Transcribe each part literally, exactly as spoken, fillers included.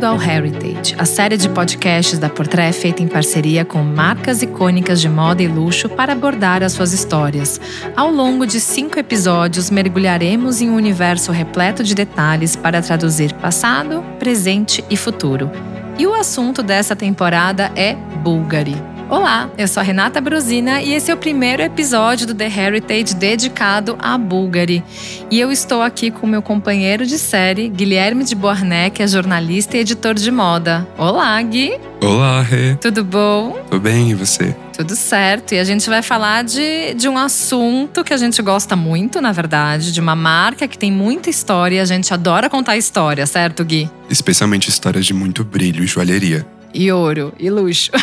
Bem-vindo ao Heritage, a série de podcasts da Portrait feita em parceria com marcas icônicas de moda e luxo para abordar as suas histórias. Ao longo de cinco episódios, mergulharemos em um universo repleto de detalhes para traduzir passado, presente e futuro. E o assunto dessa temporada é Bulgari. Olá, eu sou a Renata Brosina e esse é o primeiro episódio do The Heritage dedicado a Bulgari. E eu estou aqui com meu companheiro de série, Guilherme de Beauharnais, que é jornalista e editor de moda. Olá, Gui! Olá, Rê! Tudo bom? Tudo bem, e você? Tudo certo. E a gente vai falar de, de um assunto que a gente gosta muito, na verdade, de uma marca que tem muita história e a gente adora contar história, certo, Gui? Especialmente histórias de muito brilho e joalheria. E ouro, e luxo.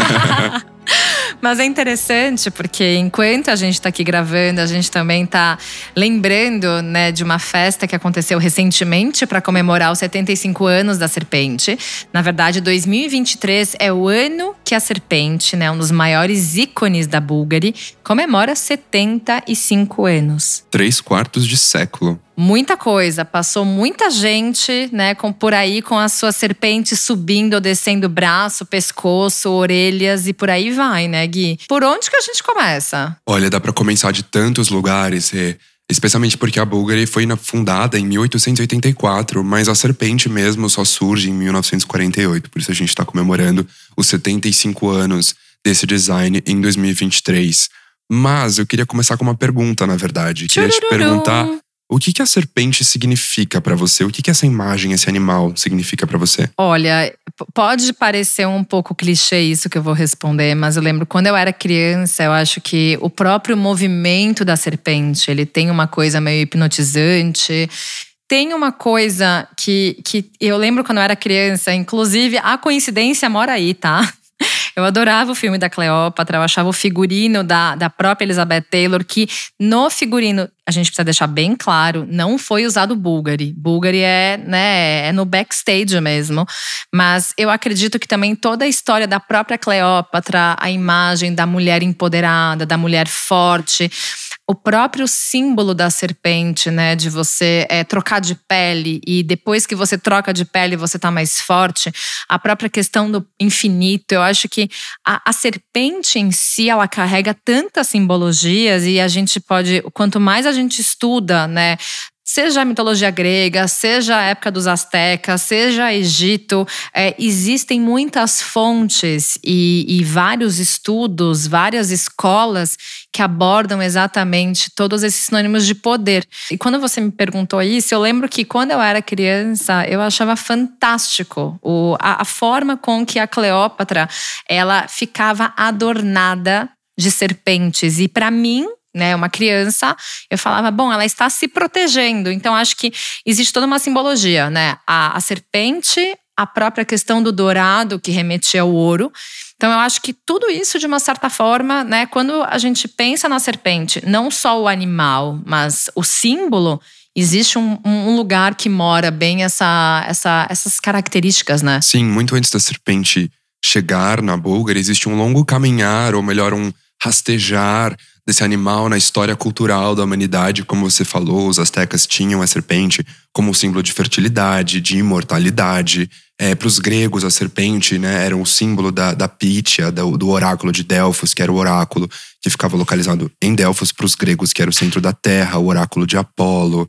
Mas é interessante porque enquanto a gente está aqui gravando, a gente também está lembrando, né, de uma festa que aconteceu recentemente para comemorar os setenta e cinco anos da Serpente. Na verdade, dois mil e vinte e três é o ano que a Serpente, né, um dos maiores ícones da Bulgari, comemora setenta e cinco anos. Três quartos de século. Muita coisa, passou muita gente, né, com, por aí com as suas serpentes subindo ou descendo braço, pescoço, orelhas e por aí vai, né, Gui? Por onde que a gente começa? Olha, dá pra começar de tantos lugares, Rê. Especialmente porque a Bulgari foi fundada em mil oitocentos e oitenta e quatro, mas a Serpente mesmo só surge em mil novecentos e quarenta e oito. Por isso a gente tá comemorando os setenta e cinco anos desse design em dois mil e vinte e três. Mas eu queria começar com uma pergunta, na verdade. Queria te perguntar… O que que a serpente significa pra você? O que que essa imagem, esse animal significa pra você? Olha, pode parecer um pouco clichê isso que eu vou responder, mas eu lembro quando eu era criança, eu acho que o próprio movimento da serpente, ele tem uma coisa meio hipnotizante. Tem uma coisa que, que eu lembro quando eu era criança, inclusive a coincidência mora aí, tá? Eu adorava o filme da Cleópatra, eu achava o figurino da, da própria Elizabeth Taylor, que no figurino, a gente precisa deixar bem claro, não foi usado Bulgari. Bulgari é, né, é no backstage mesmo. Mas eu acredito que também toda a história da própria Cleópatra, a imagem da mulher empoderada, da mulher forte… O próprio símbolo da serpente, né, de você é, trocar de pele e depois que você troca de pele você tá mais forte. A própria questão do infinito, eu acho que a, a serpente em si, ela carrega tantas simbologias e a gente pode, quanto mais a gente estuda, né, seja a mitologia grega, seja a época dos astecas, seja Egito, é, existem muitas fontes e, e vários estudos, várias escolas que abordam exatamente todos esses sinônimos de poder. E quando você me perguntou isso, eu lembro que quando eu era criança, eu achava fantástico o, a, a forma com que a Cleópatra, ela ficava adornada de serpentes. E para mim, né, uma criança, eu falava, bom, ela está se protegendo. Então, acho que existe toda uma simbologia, né? A, a serpente, a própria questão do dourado, que remetia ao ouro. Então, eu acho que tudo isso, de uma certa forma, né, quando a gente pensa na serpente, não só o animal, mas o símbolo, existe um, um lugar que mora bem essa, essa, essas características, né? Sim, muito antes da serpente chegar na Bulgari, existe um longo caminhar, ou melhor, um rastejar desse animal na história cultural da humanidade. Como você falou, os astecas tinham a serpente como símbolo de fertilidade, de imortalidade. É, para os gregos, a serpente, né, era um símbolo da, da Pítia, do, do oráculo de Delfos, que era o oráculo que ficava localizado em Delfos. Para os gregos, que era o centro da terra, o oráculo de Apolo.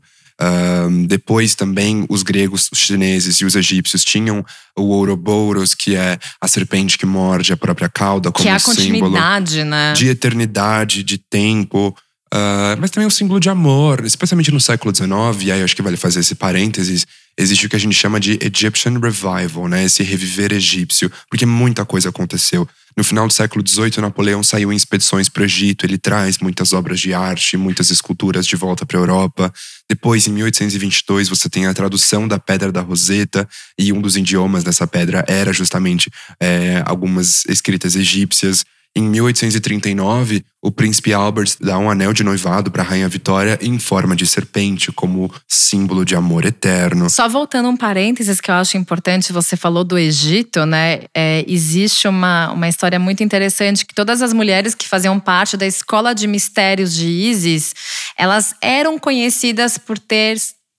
Um, depois também os gregos, os chineses e os egípcios tinham o Ouroboros, que é a serpente que morde a própria cauda, como que é a símbolo continuidade, né? de eternidade, de tempo. Uh, mas também um símbolo de amor, especialmente no século dezenove, e aí eu acho que vale fazer esse parênteses, existe o que a gente chama de Egyptian Revival, né? Esse reviver egípcio, porque muita coisa aconteceu. No final do século dezoito, Napoleão saiu em expedições para o Egito, ele traz muitas obras de arte, muitas esculturas de volta para a Europa. Depois, em mil oitocentos e vinte e dois, você tem a tradução da Pedra da Roseta, e um dos idiomas dessa pedra era justamente é, algumas escritas egípcias. Em mil oitocentos e trinta e nove, o príncipe Albert dá um anel de noivado para a rainha Vitória em forma de serpente, como símbolo de amor eterno. Só voltando um parênteses que eu acho importante, você falou do Egito, né? É, existe uma, uma história muito interessante que todas as mulheres que faziam parte da escola de mistérios de Ísis, elas eram conhecidas por ter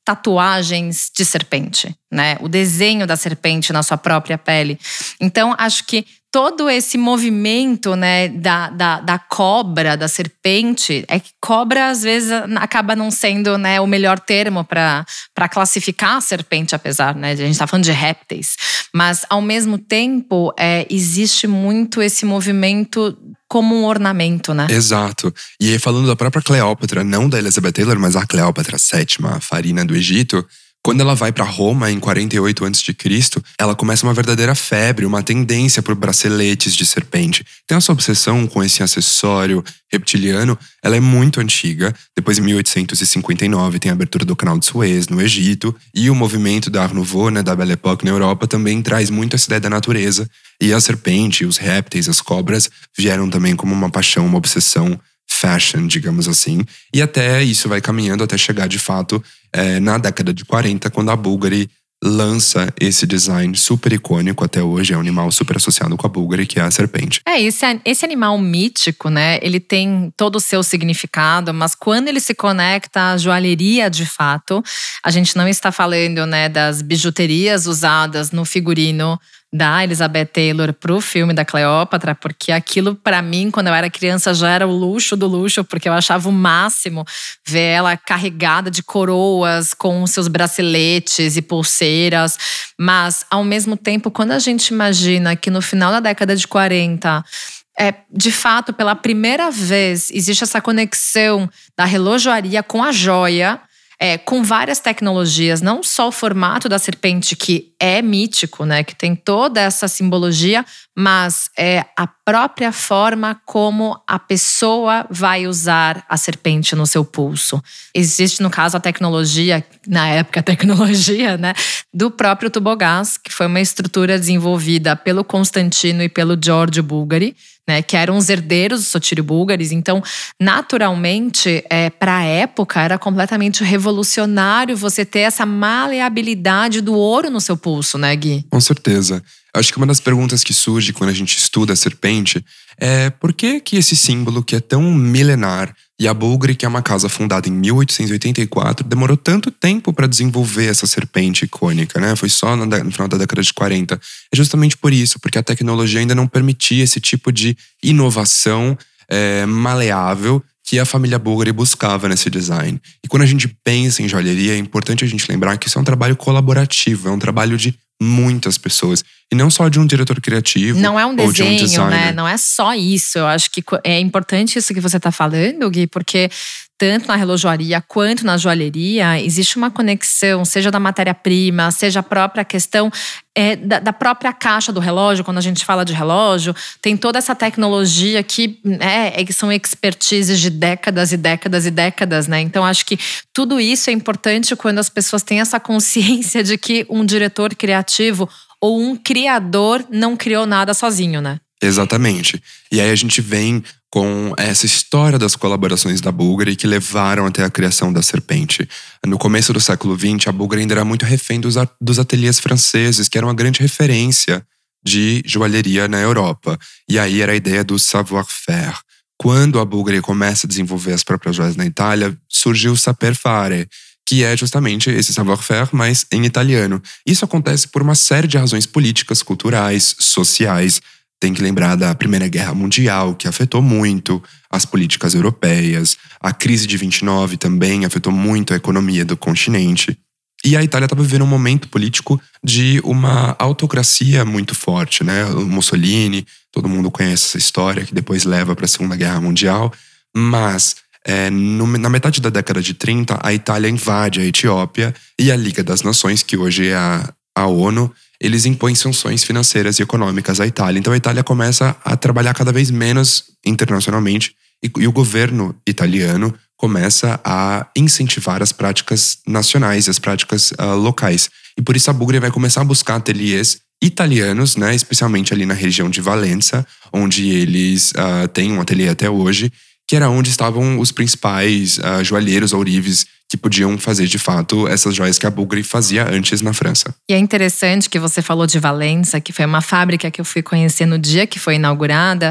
tatuagens de serpente, né? O desenho da serpente na sua própria pele. Então, acho que todo esse movimento, né, da, da, da cobra, da serpente, é que cobra às vezes acaba não sendo, né, o melhor termo para classificar a serpente, apesar, né, de a gente estar tá falando de répteis. Mas, ao mesmo tempo, é, existe muito esse movimento como um ornamento, né? Exato. E aí, falando da própria Cleópatra, não da Elizabeth Taylor, mas a Cleópatra sétima, a farina do Egito, quando ela vai para Roma em quarenta e oito antes de Cristo, ela começa uma verdadeira febre, uma tendência por braceletes de serpente. Tem essa obsessão com esse acessório reptiliano, ela é muito antiga. Depois, em mil oitocentos e cinquenta e nove, tem a abertura do Canal de Suez, no Egito. E o movimento da Art Nouveau, né, da Belle Époque na Europa, também traz muito essa ideia da natureza. E a serpente, os répteis, as cobras, vieram também como uma paixão, uma obsessão fashion, digamos assim. E até isso vai caminhando até chegar, de fato, é, na década de quarenta, quando a Bulgari lança esse design super icônico até hoje, é um animal super associado com a Bulgari, que é a serpente. É, esse, esse animal mítico, né, ele tem todo o seu significado, mas quando ele se conecta à joalheria de fato, a gente não está falando, né, das bijuterias usadas no figurino da Elizabeth Taylor pro filme da Cleópatra, porque aquilo pra mim, quando eu era criança, já era o luxo do luxo, porque eu achava o máximo ver ela carregada de coroas com seus braceletes e pulseiras. Mas, ao mesmo tempo, quando a gente imagina que no final da década de quarenta… É, de fato, pela primeira vez, existe essa conexão da relojoaria com a joia, é, com várias tecnologias, não só o formato da serpente, que é mítico, né, que tem toda essa simbologia, mas é a própria forma como a pessoa vai usar a serpente no seu pulso. Existe, no caso, a tecnologia, na época a tecnologia, né, do próprio tubogás, que foi uma estrutura desenvolvida pelo Constantino e pelo Giorgio Bulgari, né, que eram os herdeiros dos Sotírio Búlgaris. Então, naturalmente, é, para a época, era completamente revolucionário você ter essa maleabilidade do ouro no seu pulso, né, Gui? Com certeza. Acho que uma das perguntas que surge quando a gente estuda a serpente é por que que esse símbolo que é tão milenar e a Bulgari, que é uma casa fundada em mil oitocentos e oitenta e quatro, demorou tanto tempo para desenvolver essa serpente icônica, né? Foi só no final da década de quarenta. É justamente por isso, porque a tecnologia ainda não permitia esse tipo de inovação é, maleável que a família Bulgari buscava nesse design. E quando a gente pensa em joalheria, é importante a gente lembrar que isso é um trabalho colaborativo, é um trabalho de muitas pessoas. E não só de um diretor criativo. Não é um ou de um desenho, designer. né? Não é só isso. Eu acho que é importante isso que você está falando, Gui, porque tanto na relojoaria quanto na joalheria existe uma conexão, seja da matéria-prima, seja a própria questão é, da, da própria caixa do relógio. Quando a gente fala de relógio, tem toda essa tecnologia que é, são expertises de décadas e décadas e décadas, né? Então, acho que tudo isso é importante quando as pessoas têm essa consciência de que um diretor criativo ou um criador não criou nada sozinho, né? Exatamente. E aí a gente vem com essa história das colaborações da Bulgari que levaram até a criação da serpente. No começo do século vinte, a Bulgari ainda era muito refém dos, dos ateliês franceses, que eram uma grande referência de joalheria na Europa. E aí era a ideia do savoir-faire. Quando a Bulgari começa a desenvolver as próprias joias na Itália, surgiu o saper-fare, que é justamente esse savoir-faire, mas em italiano. Isso acontece por uma série de razões políticas, culturais, sociais. Tem que lembrar da Primeira Guerra Mundial, que afetou muito as políticas europeias. A crise de vinte e nove também afetou muito a economia do continente. E a Itália estava vivendo um momento político de uma autocracia muito forte, né? O Mussolini, todo mundo conhece essa história, que depois leva para a Segunda Guerra Mundial. Mas é, no, na metade da década de trinta, a Itália invade a Etiópia e a Liga das Nações, que hoje é a, a ONU, eles impõem sanções financeiras e econômicas à Itália. Então a Itália começa a trabalhar cada vez menos internacionalmente e, e o governo italiano começa a incentivar as práticas nacionais, as práticas uh, locais. E por isso a Bulgari vai começar a buscar ateliês italianos, né, especialmente ali na região de Valença, onde eles uh, têm um ateliê até hoje, que era onde estavam os principais uh, joalheiros ourives que podiam fazer, de fato, essas joias que a Bulgari fazia antes na França. E é interessante que você falou de Valença, que foi uma fábrica que eu fui conhecer no dia que foi inaugurada,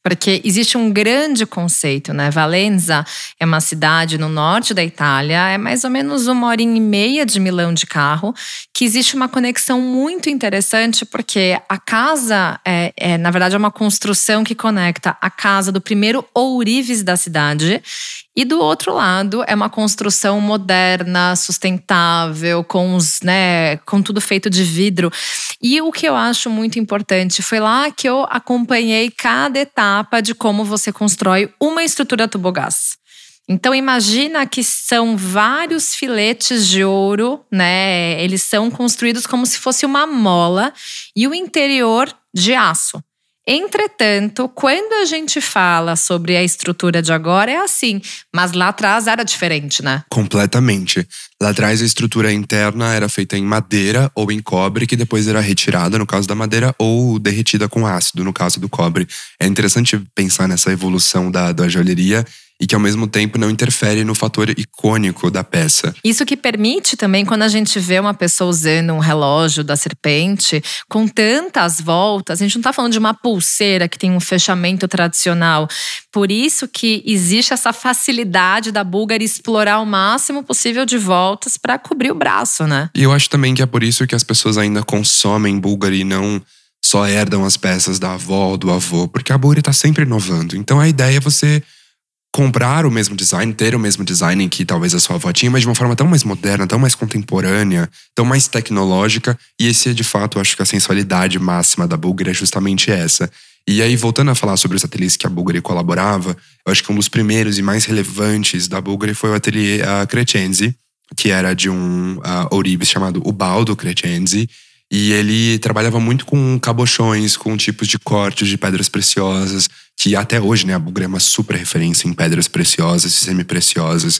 Porque existe um grande conceito, né? Valenza é uma cidade no norte da Itália, é mais ou menos uma hora e meia de Milão de carro, que existe uma conexão muito interessante, porque a casa, é, é, na verdade, é uma construção que conecta a casa do primeiro ourives da cidade. E do outro lado, é uma construção moderna, sustentável, com, os, né, com tudo feito de vidro. E o que eu acho muito importante, foi lá que eu acompanhei cada etapa de como você constrói uma estrutura tubogás. Então imagina que são vários filetes de ouro, né? Eles são construídos como se fosse uma mola e o interior de aço. Entretanto, quando a gente fala sobre a estrutura de agora, é assim. Mas lá atrás era diferente, né? Completamente. Lá atrás a estrutura interna era feita em madeira ou em cobre, que depois era retirada, no caso da madeira, ou derretida com ácido, no caso do cobre. É interessante pensar nessa evolução da, da joalheria e que ao mesmo tempo não interfere no fator icônico da peça. Isso que permite também, quando a gente vê uma pessoa usando um relógio da Serpente, com tantas voltas, a gente não tá falando de uma pulseira que tem um fechamento tradicional. Por isso que existe essa facilidade da Bulgari explorar o máximo possível de voltas para cobrir o braço, né? E eu acho também que é por isso que as pessoas ainda consomem Bulgari e não só herdam as peças da avó ou do avô, porque a Bulgari tá sempre inovando. Então a ideia é você comprar o mesmo design, ter o mesmo design que talvez a sua avó tinha, mas de uma forma tão mais moderna, tão mais contemporânea, tão mais tecnológica. E esse é de fato, acho que a sensualidade máxima da Bulgari é justamente essa. E aí, voltando a falar sobre os ateliês que a Bulgari colaborava, eu acho que um dos primeiros e mais relevantes da Bulgari foi o ateliê uh, Crescenzi, que era de um uh, ourives chamado Ubaldo Crescenzi. E ele trabalhava muito com cabochões, com tipos de cortes de pedras preciosas, que até hoje, né, a Bulgari é uma super referência em pedras preciosas e semi-preciosas.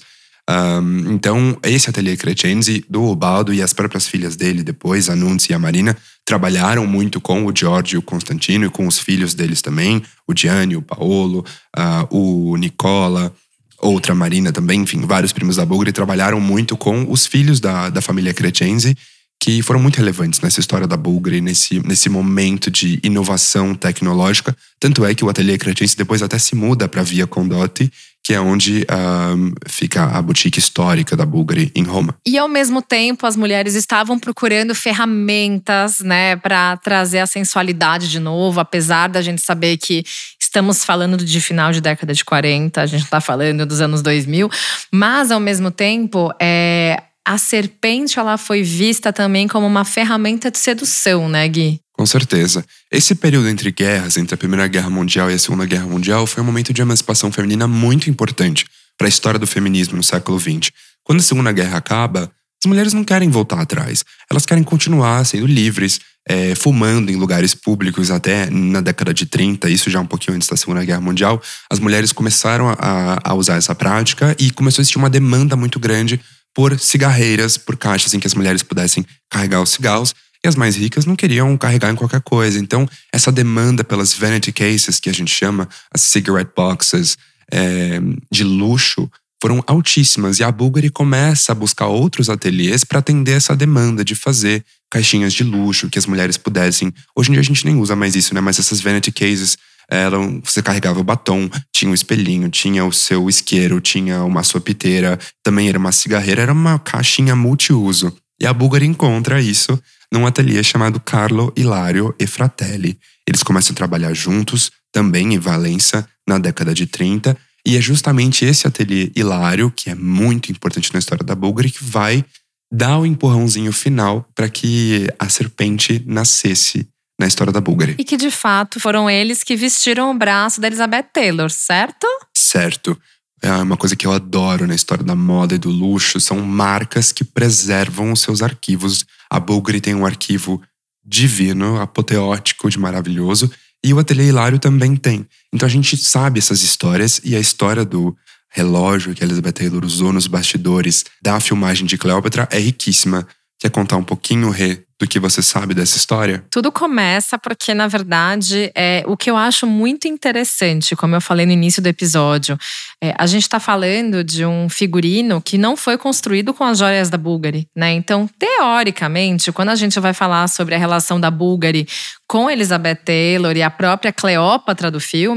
Um, então, esse ateliê Crescenzi, do Ubaldo e as próprias filhas dele depois, a Nunzia e a Marina, trabalharam muito com o Giorgio e o Constantino e com os filhos deles também, o Gianni, o Paolo, uh, o Nicola, outra Marina também, enfim, vários primos da Bulgari trabalharam muito com os filhos da, da família Crescenzi, que foram muito relevantes nessa história da Bulgari, nesse, nesse momento de inovação tecnológica. Tanto é que o ateliê Crescenzi depois até se muda para Via Condotti, que é onde um, fica a boutique histórica da Bulgari em Roma. E ao mesmo tempo, as mulheres estavam procurando ferramentas, né, para trazer a sensualidade de novo, apesar da gente saber que estamos falando de final de década de quarenta, a gente está falando dos anos dois mil, mas ao mesmo tempo, é, a Serpente ela foi vista também como uma ferramenta de sedução, né, Gui? Com certeza. Esse período entre guerras, entre a Primeira Guerra Mundial e a Segunda Guerra Mundial, foi um momento de emancipação feminina muito importante para a história do feminismo no século vinte. Quando a Segunda Guerra acaba, as mulheres não querem voltar atrás. Elas querem continuar sendo livres, é, fumando em lugares públicos até na década de trinta, isso já um pouquinho antes da Segunda Guerra Mundial. As mulheres começaram a, a usar essa prática e começou a existir uma demanda muito grande por cigarreiras, por caixas em que as mulheres pudessem carregar os cigarros. E as mais ricas não queriam carregar em qualquer coisa. Então, essa demanda pelas vanity cases, que a gente chama, as cigarette boxes é, de luxo, foram altíssimas. E a Bulgari começa a buscar outros ateliês para atender essa demanda de fazer caixinhas de luxo, que as mulheres pudessem… Hoje em dia a gente nem usa mais isso, né? Mas essas vanity cases… Eram, você carregava o batom, tinha um espelhinho, tinha o seu isqueiro, tinha uma sopiteira, também era uma cigarreira, era uma caixinha multiuso. E a Bulgari encontra isso num ateliê chamado Carlo Ilario e Fratelli. Eles começam a trabalhar juntos, também em Valença, na década de trinta. E é justamente esse ateliê Ilario, que é muito importante na história da Bulgari, que vai dar o empurrãozinho final para que a Serpente nascesse na história da Bulgari. E que de fato foram eles que vestiram o braço da Elizabeth Taylor, certo? Certo. É uma coisa que eu adoro na história da moda e do luxo, são marcas que preservam os seus arquivos. A Bulgari tem um arquivo divino, apoteótico, de maravilhoso, e o Ateliê Hilário também tem. Então a gente sabe essas histórias, e a história do relógio que a Elizabeth Taylor usou nos bastidores da filmagem de Cleópatra é riquíssima. Quer contar um pouquinho, Rê, do que você sabe dessa história? Tudo começa porque, na verdade, é, o que eu acho muito interessante, como eu falei no início do episódio, é, a gente está falando de um figurino que não foi construído com as joias da Bulgari, né? Então, teoricamente, quando a gente vai falar sobre a relação da Bulgari com Elizabeth Taylor e a própria Cleópatra do filme,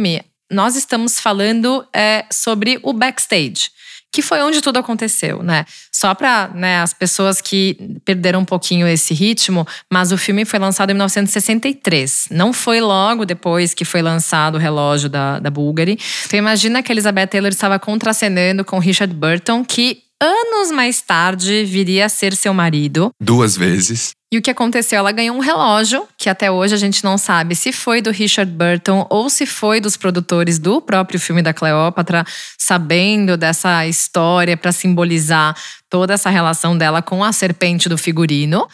nós estamos falando é, sobre o backstage, que foi onde tudo aconteceu, né? Só para, né, as pessoas que perderam um pouquinho esse ritmo, mas o filme foi lançado em mil novecentos e sessenta e três. Não foi logo depois que foi lançado o relógio da, da Bulgari. Então imagina que a Elizabeth Taylor estava contracenando com Richard Burton, que anos mais tarde viria a ser seu marido. Duas vezes. E o que aconteceu? Ela ganhou um relógio, que até hoje a gente não sabe se foi do Richard Burton ou se foi dos produtores do próprio filme da Cleópatra, sabendo dessa história para simbolizar toda essa relação dela com a serpente do figurino.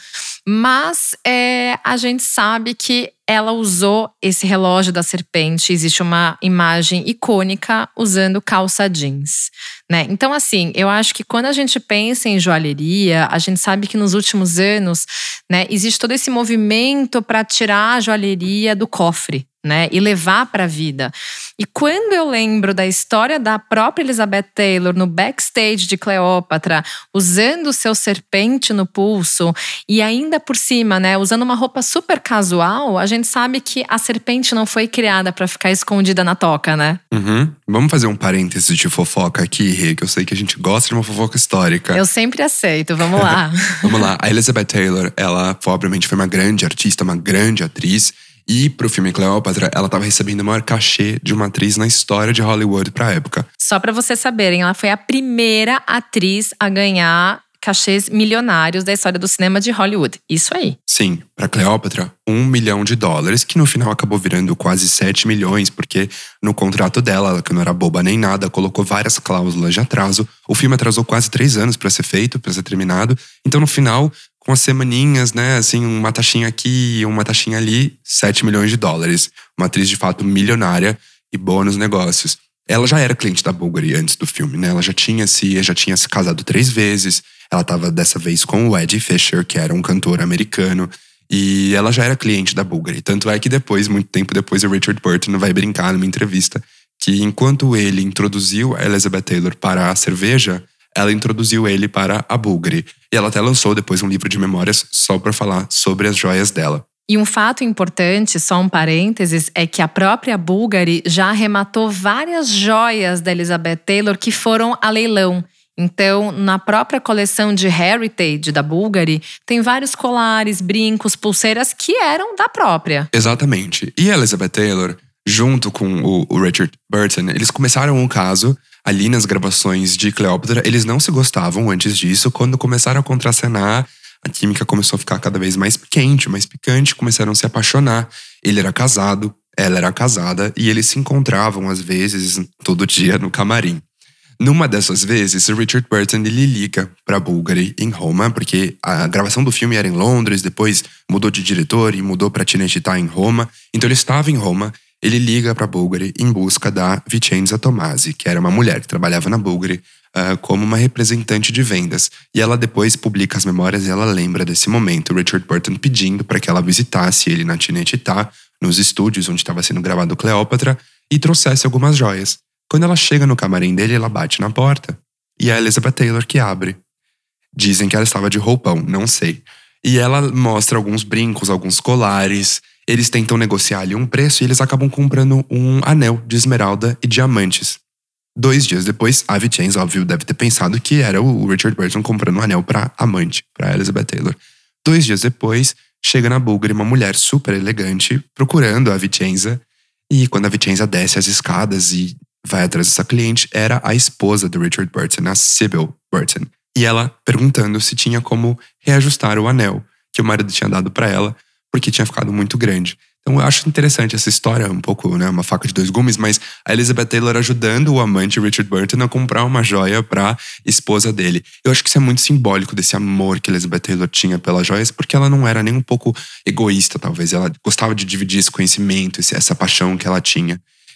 Mas é, a gente sabe que ela usou esse relógio da serpente. Existe uma imagem icônica usando calça jeans, né? Então, assim, eu acho que quando a gente pensa em joalheria, a gente sabe que nos últimos anos, né, existe todo esse movimento para tirar a joalheria do cofre, né, e levar para a vida. E quando eu lembro da história da própria Elizabeth Taylor no backstage de Cleópatra, usando o seu serpente no pulso e ainda por cima, né, usando uma roupa super casual, a gente sabe que a serpente não foi criada para ficar escondida na toca, né? Uhum. Vamos fazer um parênteses de fofoca aqui, Rê, que eu sei que a gente gosta de uma fofoca histórica. Eu sempre aceito, vamos lá. Vamos lá. A Elizabeth Taylor, ela obviamente foi uma grande artista, uma grande atriz. E pro filme Cleópatra, ela estava recebendo o maior cachê de uma atriz na história de Hollywood pra época. Só pra vocês saberem, ela foi a primeira atriz a ganhar cachês milionários da história do cinema de Hollywood. Isso aí. Sim, pra Cleópatra, um milhão de dólares, que no final acabou virando quase sete milhões, porque no contrato dela, ela que não era boba nem nada, colocou várias cláusulas de atraso. O filme atrasou quase três anos pra ser feito, pra ser terminado. Então no final, com as semaninhas, né, assim, uma taxinha aqui, uma taxinha ali, sete milhões de dólares. Uma atriz de fato milionária e boa nos negócios. Ela já era cliente da Bulgari antes do filme, né? Ela já tinha se, já tinha se casado três vezes. Ela estava dessa vez com o Eddie Fisher, que era um cantor americano. E ela já era cliente da Bulgari. Tanto é que depois, muito tempo depois, o Richard Burton vai brincar numa entrevista que enquanto ele introduziu a Elizabeth Taylor para a cerveja, ela introduziu ele para a Bulgari. E ela até lançou depois um livro de memórias só para falar sobre as joias dela. E um fato importante, só um parênteses, é que a própria Bulgari já arrematou várias joias da Elizabeth Taylor que foram a leilão. Então, na própria coleção de Heritage da Bulgari, tem vários colares, brincos, pulseiras que eram da própria. Exatamente. E a Elizabeth Taylor, junto com o, o Richard Burton, eles começaram um caso ali nas gravações de Cleópatra. Eles não se gostavam antes disso. Quando começaram a contracenar, a química começou a ficar cada vez mais quente, mais picante, começaram a se apaixonar. Ele era casado, ela era casada e eles se encontravam às vezes todo dia no camarim. Numa dessas vezes, o Richard Burton ele liga para Bulgari em Roma, porque a gravação do filme era em Londres, depois mudou de diretor e mudou para Cinecittà em Roma. Então ele estava em Roma, ele liga para Bulgari em busca da Vicenza Tomasi, que era uma mulher que trabalhava na Bulgari uh, como uma representante de vendas. E ela depois publica as memórias e ela lembra desse momento. O Richard Burton pedindo para que ela visitasse ele na Cinecittà, nos estúdios onde estava sendo gravado Cleópatra, e trouxesse algumas joias. Quando ela chega no camarim dele, ela bate na porta. E é a Elizabeth Taylor que abre. Dizem que ela estava de roupão, não sei. E ela mostra alguns brincos, alguns colares. Eles tentam negociar ali um preço e eles acabam comprando um anel de esmeralda e diamantes. Dois dias depois, a Vicenza, óbvio, deve ter pensado que era o Richard Burton comprando um anel para amante, para Elizabeth Taylor. Dois dias depois, chega na Bulgari uma mulher super elegante procurando a Vicenza. E quando a Vicenza desce as escadas e vai atrás dessa cliente, era a esposa do Richard Burton, a Sybil Burton. E ela perguntando se tinha como reajustar o anel que o marido tinha dado para ela, porque tinha ficado muito grande. Então eu acho interessante essa história, um pouco, né, uma faca de dois gumes, mas a Elizabeth Taylor ajudando o amante Richard Burton a comprar uma joia pra esposa dele. Eu acho que isso é muito simbólico desse amor que a Elizabeth Taylor tinha pelas joias, porque ela não era nem um pouco egoísta, talvez. Ela gostava de dividir esse conhecimento, essa paixão que ela tinha.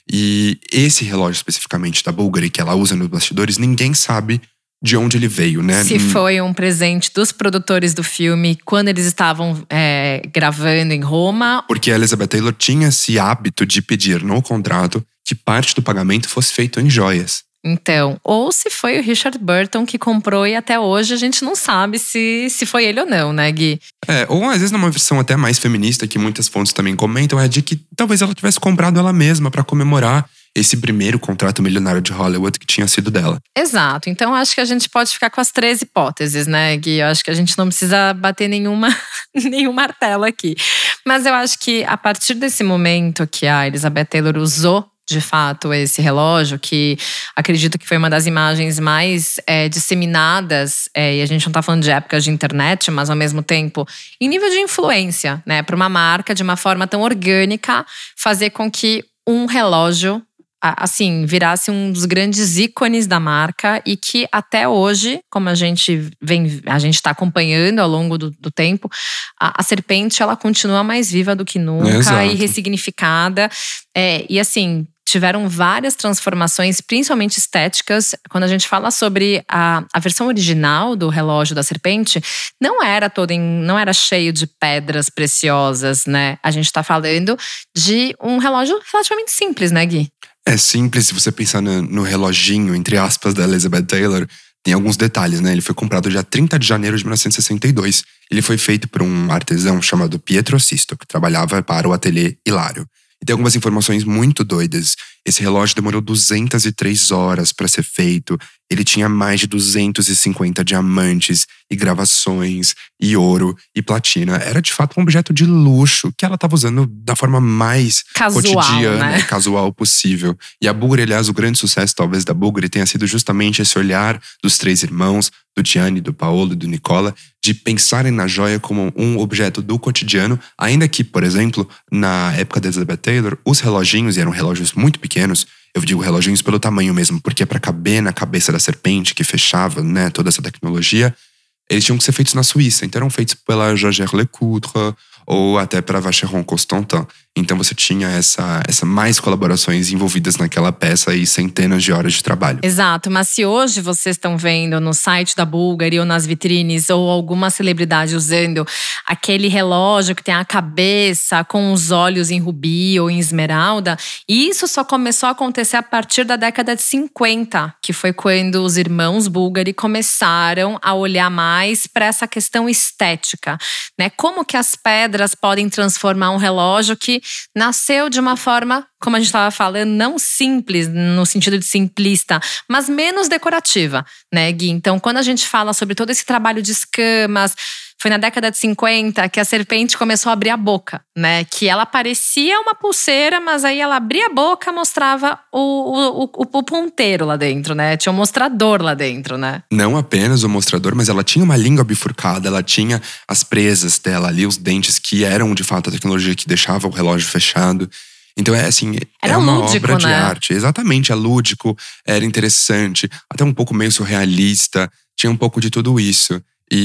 E esse relógio especificamente da Bulgari, que ela usa nos bastidores, ninguém sabe de onde ele veio, né? Se foi um presente dos produtores do filme quando eles estavam é, gravando em Roma. Porque a Elizabeth Taylor tinha esse hábito de pedir no contrato que parte do pagamento fosse feito em joias. Então, ou se foi o Richard Burton que comprou e até hoje a gente não sabe se, se foi ele ou não, né, Gui? É, ou às vezes numa versão até mais feminista, que muitas fontes também comentam, é de que talvez ela tivesse comprado ela mesma pra comemorar esse primeiro contrato milionário de Hollywood que tinha sido dela. Exato. Então acho que a gente pode ficar com as três hipóteses, né, Gui? Eu acho que a gente não precisa bater nenhuma, nenhum martelo aqui. Mas eu acho que a partir desse momento que a Elizabeth Taylor usou de fato esse relógio, que acredito que foi uma das imagens mais é, disseminadas, é, e a gente não tá falando de épocas de internet, mas ao mesmo tempo em nível de influência, né, para uma marca de uma forma tão orgânica fazer com que um relógio assim, virasse um dos grandes ícones da marca e que até hoje, como a gente vem, a gente está acompanhando ao longo do, do tempo, a, a serpente ela continua mais viva do que nunca. Exato. E ressignificada. É, e assim, tiveram várias transformações, principalmente estéticas. Quando a gente fala sobre a, a versão original do relógio da serpente, não era todo em, não era cheio de pedras preciosas, né? A gente está falando de um relógio relativamente simples, né, Gui? É simples, se você pensar no, no reloginho, entre aspas, da Elizabeth Taylor, tem alguns detalhes, né? Ele foi comprado dia trinta de janeiro de mil novecentos e sessenta e dois. Ele foi feito por um artesão chamado Pietro Sisto, que trabalhava para o ateliê Hilário. E tem algumas informações muito doidas. Esse relógio demorou duzentas e três horas para ser feito. Ele tinha mais de duzentos e cinquenta diamantes e gravações e ouro e platina. Era de fato um objeto de luxo que ela estava usando da forma mais casual, cotidiana, né? casual possível. E a Bulgari, aliás, o grande sucesso talvez da Bulgari tenha sido justamente esse olhar dos três irmãos, do Gianni, do Paolo e do Nicola, de pensarem na joia como um objeto do cotidiano, ainda que, por exemplo, na época da Elizabeth Taylor, os reloginhos, e eram relógios muito pequenos, eu digo reloginhos pelo tamanho mesmo, porque é para caber na cabeça da serpente que fechava, né, toda essa tecnologia, eles tinham que ser feitos na Suíça. Então eram feitos pela Jaeger LeCoultre ou até para Vacheron Constantin. Então você tinha essa, essa mais colaborações envolvidas naquela peça e centenas de horas de trabalho. Exato, mas se hoje vocês estão vendo no site da Bulgari ou nas vitrines ou alguma celebridade usando aquele relógio que tem a cabeça com os olhos em rubi ou em esmeralda, isso só começou a acontecer a partir da década de cinquenta, que foi quando os irmãos Bulgari começaram a olhar mais para essa questão estética, né? Como que as pedras podem transformar um relógio que nasceu de uma forma, como a gente estava falando, não simples, no sentido de simplista, mas menos decorativa, né, Gui? Então, quando a gente fala sobre todo esse trabalho de escamas, foi na década de cinquenta que a serpente começou a abrir a boca, né? Que ela parecia uma pulseira, mas aí ela abria a boca, mostrava o, o, o, o ponteiro lá dentro, né? Tinha um mostrador lá dentro, né? Não apenas o mostrador, mas ela tinha uma língua bifurcada, ela tinha as presas dela ali, os dentes que eram de fato a tecnologia que deixava o relógio fechado. Então é assim, era é uma lúdico, obra de né? arte. Exatamente, é lúdico, era interessante, até um pouco meio surrealista, tinha um pouco de tudo isso.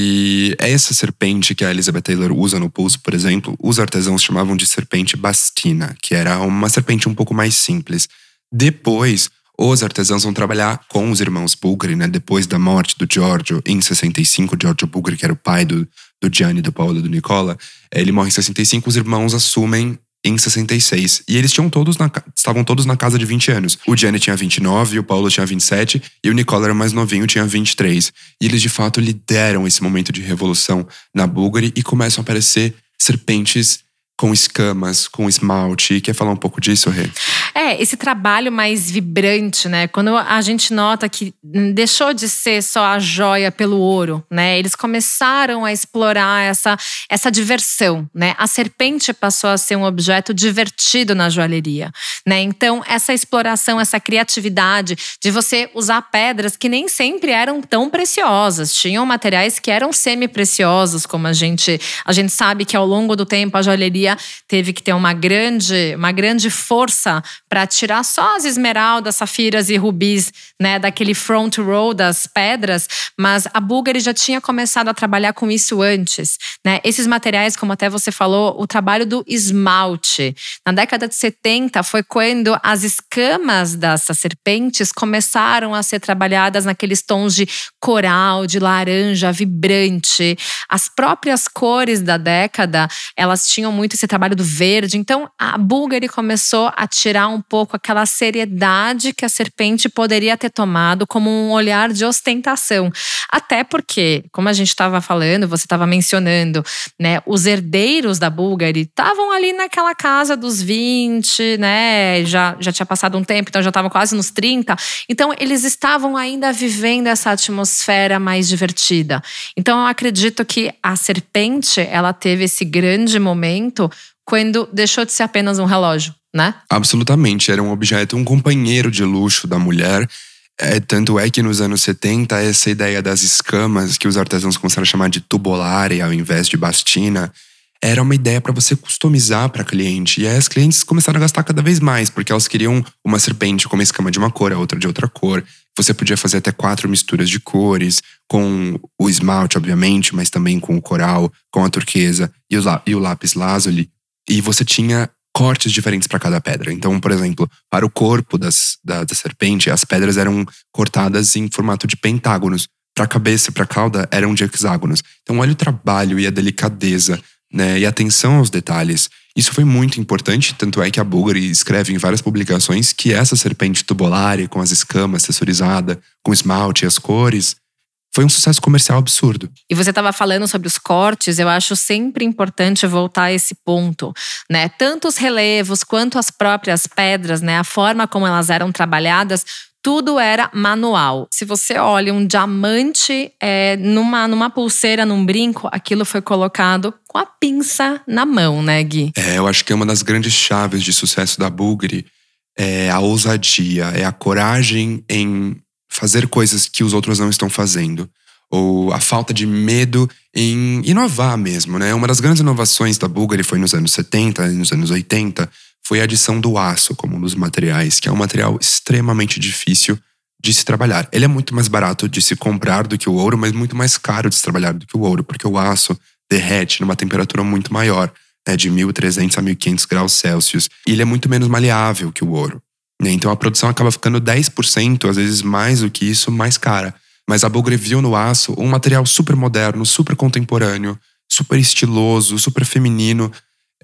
E essa serpente que a Elizabeth Taylor usa no pulso, por exemplo, os artesãos chamavam de serpente bastina, que era uma serpente um pouco mais simples. Depois, os artesãos vão trabalhar com os irmãos Bulgari, né? Depois da morte do Giorgio, em sessenta e cinco, Giorgio Bulgari, que era o pai do, do Gianni, do Paolo e do Nicola, ele morre em sessenta e cinco, os irmãos assumem em sessenta e seis. E eles tinham todos na, estavam todos na casa de vinte anos. O Gianni tinha vinte e nove, o Paolo tinha vinte e sete e o Nicola era mais novinho, tinha vinte e três. E eles de fato lideram esse momento de revolução na Bulgari e começam a aparecer serpentes com escamas, com esmalte. Quer falar um pouco disso, Rê? É, esse trabalho mais vibrante, né? Quando a gente nota que deixou de ser só a joia pelo ouro, né? Eles começaram a explorar essa, essa diversão, né? A serpente passou a ser um objeto divertido na joalheria, né? Então, essa exploração, essa criatividade de você usar pedras que nem sempre eram tão preciosas. Tinham materiais que eram semi-preciosos, como a gente, a gente sabe que ao longo do tempo a joalheria teve que ter uma grande, uma grande força para tirar só as esmeraldas, safiras e rubis, né, daquele front row das pedras, mas a Bulgari já tinha começado a trabalhar com isso antes, né? Esses materiais, como até você falou, o trabalho do esmalte. Na década de setenta foi quando as escamas dessas serpentes começaram a ser trabalhadas naqueles tons de coral, de laranja, vibrante. As próprias cores da década, elas tinham muito esse trabalho do verde. Então, a Bulgari começou a tirar um um pouco aquela seriedade que a serpente poderia ter tomado como um olhar de ostentação. Até porque, como a gente estava falando, você estava mencionando, né, os herdeiros da Bulgari estavam ali naquela casa dos vinte, né, já, já tinha passado um tempo, então já estavam quase nos trinta. Então, eles estavam ainda vivendo essa atmosfera mais divertida. Então, eu acredito que a serpente, ela teve esse grande momento quando deixou de ser apenas um relógio, né? Absolutamente, era um objeto, um companheiro de luxo da mulher. É, tanto é que nos anos setenta, essa ideia das escamas, que os artesãos começaram a chamar de tubolare ao invés de bastina, era uma ideia para você customizar para cliente. E aí as clientes começaram a gastar cada vez mais, porque elas queriam uma serpente com uma escama de uma cor, a outra de outra cor. Você podia fazer até quatro misturas de cores, com o esmalte, obviamente, mas também com o coral, com a turquesa e o, lá, e o lápis lazuli. E você tinha cortes diferentes para cada pedra. Então, por exemplo, para o corpo das, da, da serpente, as pedras eram cortadas em formato de pentágonos. Para a cabeça e para a cauda, eram de hexágonos. Então, olha o trabalho e a delicadeza, né, e a atenção aos detalhes. Isso foi muito importante, tanto é que a Bulgari escreve em várias publicações que essa serpente tubolare, com as escamas, texturizada, com esmalte e as cores, foi um sucesso comercial absurdo. E você estava falando sobre os cortes, eu acho sempre importante voltar a esse ponto, né? Tanto os relevos quanto as próprias pedras, né? A forma como elas eram trabalhadas, tudo era manual. Se você olha um diamante é, numa, numa pulseira, num brinco, aquilo foi colocado com a pinça na mão, né, Gui? É, eu acho que é uma das grandes chaves de sucesso da Bulgari é a ousadia, é a coragem em fazer coisas que os outros não estão fazendo. Ou a falta de medo em inovar mesmo, né? Uma das grandes inovações da Bulgari foi nos anos setenta e nos anos oitenta, foi a adição do aço como um dos materiais, que é um material extremamente difícil de se trabalhar. Ele é muito mais barato de se comprar do que o ouro, mas muito mais caro de se trabalhar do que o ouro, porque o aço derrete numa temperatura muito maior, né, de mil e trezentos a mil e quinhentos graus Celsius. E ele é muito menos maleável que o ouro. Então a produção acaba ficando dez por cento, às vezes mais do que isso, mais cara. Mas a Bulgari viu no aço um material super moderno, super contemporâneo, super estiloso, super feminino.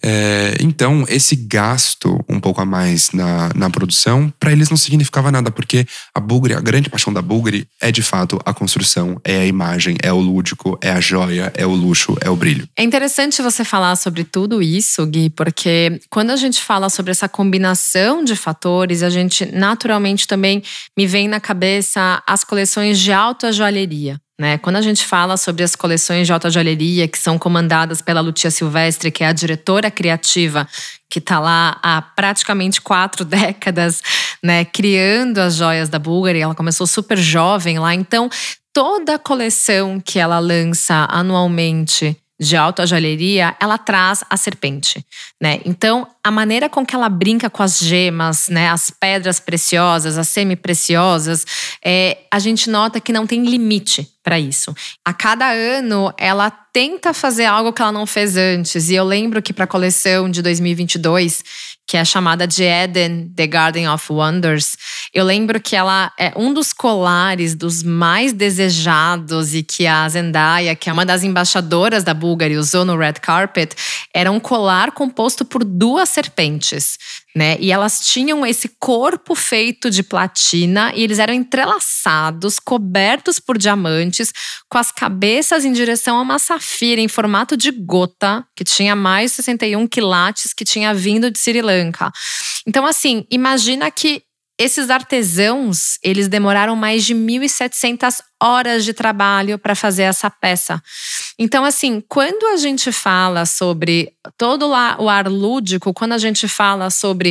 É, então, esse gasto um pouco a mais na, na produção, para eles não significava nada, porque a Bulgari, a grande paixão da Bulgari é de fato a construção, é a imagem, é o lúdico, é a joia, é o luxo, é o brilho. É interessante você falar sobre tudo isso, Gui, porque quando a gente fala sobre essa combinação de fatores, a gente naturalmente também me vem na cabeça as coleções de alta joalheria. Né? Quando a gente fala sobre as coleções de alta joalheria que são comandadas pela Lucia Silvestre, que é a diretora criativa, que está lá há praticamente quatro décadas, né, criando as joias da Bulgari. Ela começou super jovem lá, então toda a coleção que ela lança anualmente de alta joalheria, ela traz a serpente, né? Então, a maneira com que ela brinca com as gemas, né, as pedras preciosas, as semi-preciosas, é, a gente nota que não tem limite para isso. A cada ano, ela tenta fazer algo que ela não fez antes. E eu lembro que para a coleção de dois mil e vinte e dois, que é chamada de Eden, The Garden of Wonders, eu lembro que ela é um dos colares dos mais desejados e que a Zendaya, que é uma das embaixadoras da Bulgari, usou no Red Carpet, era um colar composto por duas serpentes, né? E elas tinham esse corpo feito de platina e eles eram entrelaçados, cobertos por diamantes, com as cabeças em direção a uma safira em formato de gota, que tinha mais de sessenta e um quilates, que tinha vindo de Sri Lanka. Então, assim, imagina que esses artesãos, eles demoraram mais de mil e setecentas horas de trabalho para fazer essa peça. Então, assim, quando a gente fala sobre todo o ar lúdico, quando a gente fala sobre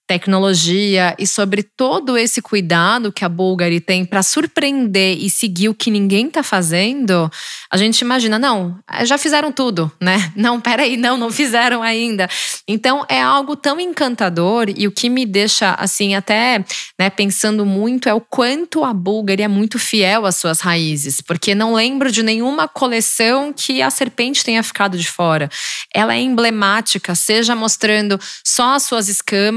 tecnologia e sobre todo esse cuidado que a Bulgari tem para surpreender e seguir o que ninguém está fazendo, a gente imagina, não, já fizeram tudo, né? Não, peraí, não, não fizeram ainda. Então, é algo tão encantador e o que me deixa, assim, até né, pensando muito é o quanto a Bulgari é muito fiel às suas raízes, porque não lembro de nenhuma coleção que a serpente tenha ficado de fora. Ela é emblemática, seja mostrando só as suas escamas, nem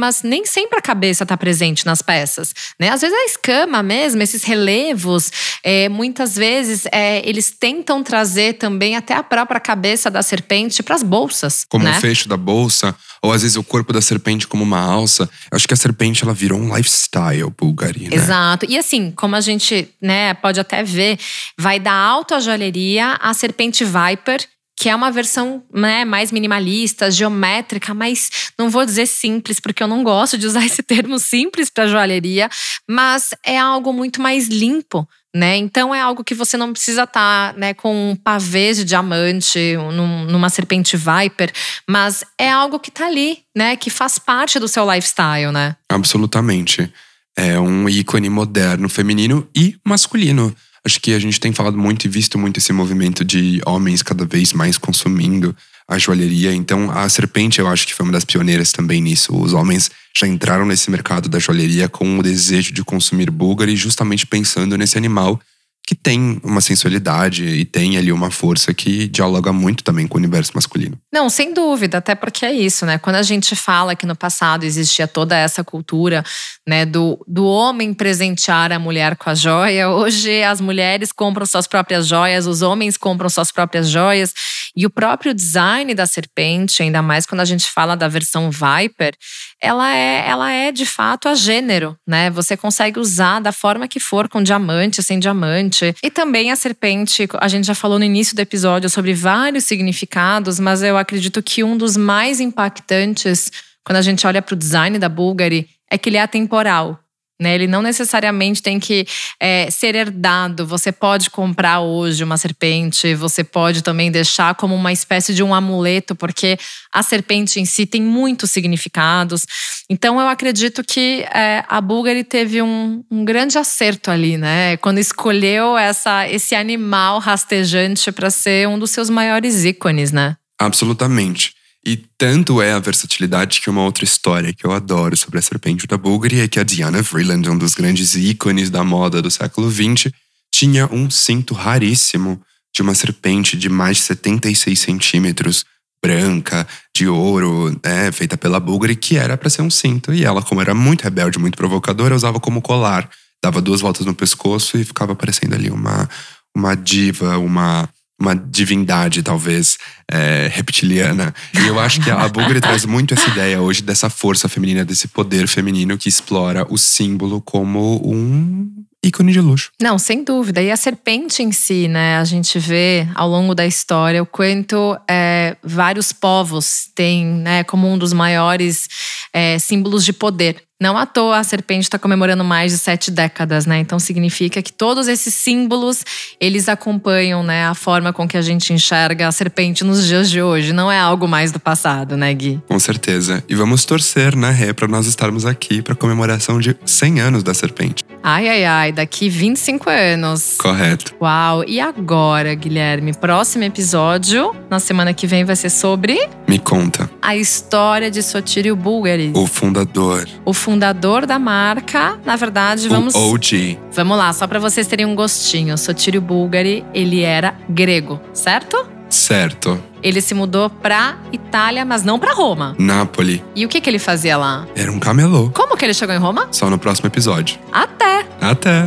nem sempre a cabeça está presente nas peças, né? Às vezes a escama mesmo, esses relevos, é, muitas vezes é, eles tentam trazer também até a própria cabeça da serpente para as bolsas. Como né? o fecho da bolsa, ou às vezes o corpo da serpente como uma alça. Eu acho que a serpente ela virou um lifestyle Bulgari, né? Exato. E assim, como a gente né, pode até ver, vai da alta joalheria à serpente Viper, que é uma versão né, mais minimalista, geométrica, mas não vou dizer simples, porque eu não gosto de usar esse termo simples para joalheria, mas é algo muito mais limpo. Né? Então é algo que você não precisa estar né, com um pavê de diamante num, numa serpente Viper, mas é algo que tá ali, né? Que faz parte do seu lifestyle, né? Absolutamente. É um ícone moderno, feminino e masculino. Acho que a gente tem falado muito e visto muito esse movimento de homens cada vez mais consumindo a joalheria. Então a serpente eu acho que foi uma das pioneiras também nisso. Os homens já entraram nesse mercado da joalheria com o desejo de consumir Bulgari, justamente pensando nesse animal que tem uma sensualidade e tem ali uma força que dialoga muito também com o universo masculino. Não, sem dúvida, até porque é isso, né? Quando a gente fala que no passado existia toda essa cultura, né, do, do homem presentear a mulher com a joia, hoje as mulheres compram suas próprias joias, os homens compram suas próprias joias. E o próprio design da serpente, ainda mais quando a gente fala da versão Viper, ela é, ela é de fato a gênero, né? Você consegue usar da forma que for, com diamante, sem diamante. E também a serpente, a gente já falou no início do episódio sobre vários significados, mas eu acredito que um dos mais impactantes, quando a gente olha para o design da Bulgari, é que ele é atemporal. Né? Ele não necessariamente tem que é, ser herdado. Você pode comprar hoje uma serpente, você pode também deixar como uma espécie de um amuleto, porque a serpente em si tem muitos significados. Então eu acredito que é, a Bulgari teve um, um grande acerto ali, né? Quando escolheu essa, esse animal rastejante para ser um dos seus maiores ícones, né? Absolutamente. E tanto é a versatilidade que uma outra história que eu adoro sobre a serpente da Bulgari é que a Diana Vreeland, um dos grandes ícones da moda do século vinte, tinha um cinto raríssimo de uma serpente de mais de setenta e seis centímetros, branca, de ouro, né, feita pela Bulgari, que era para ser um cinto. E ela, como era muito rebelde, muito provocadora, usava como colar. Dava duas voltas no pescoço e ficava parecendo ali uma, uma diva, uma... uma divindade, talvez, é, reptiliana. E eu acho que a Bulgari traz muito essa ideia hoje dessa força feminina, desse poder feminino que explora o símbolo como um ícone de luxo. Não, sem dúvida. E a serpente em si, né? A gente vê ao longo da história o quanto é, vários povos têm, né, como um dos maiores é, símbolos de poder. Não à toa a serpente está comemorando mais de sete décadas, né? Então significa que todos esses símbolos, eles acompanham, né, a forma com que a gente enxerga a serpente nos dias de hoje. Não é algo mais do passado, né, Gui? Com certeza. E vamos torcer, né, Rê, para nós estarmos aqui para a comemoração de cem anos da serpente. Ai, ai, ai, daqui vinte e cinco anos. Correto. Uau, e agora, Guilherme? Próximo episódio, na semana que vem, vai ser sobre… Me conta. A história de Sotirio Bulgari. O fundador. O fundador da marca, na verdade, vamos… O O G. Vamos lá, só para vocês terem um gostinho. Sotirio Bulgari, ele era grego, certo? Certo. Ele se mudou pra Itália, mas não pra Roma. Nápoles. E o que que ele fazia lá? Era um camelô. Como que ele chegou em Roma? Só no próximo episódio. Até! Até!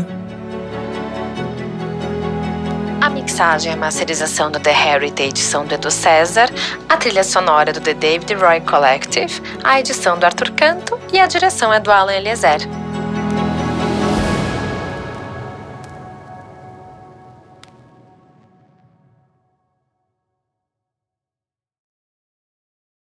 A mixagem e a masterização do The Heritage são do Edu César, a trilha sonora do The David Roy Collective, a edição do Arthur Canto e a direção é do Alan Eliezer.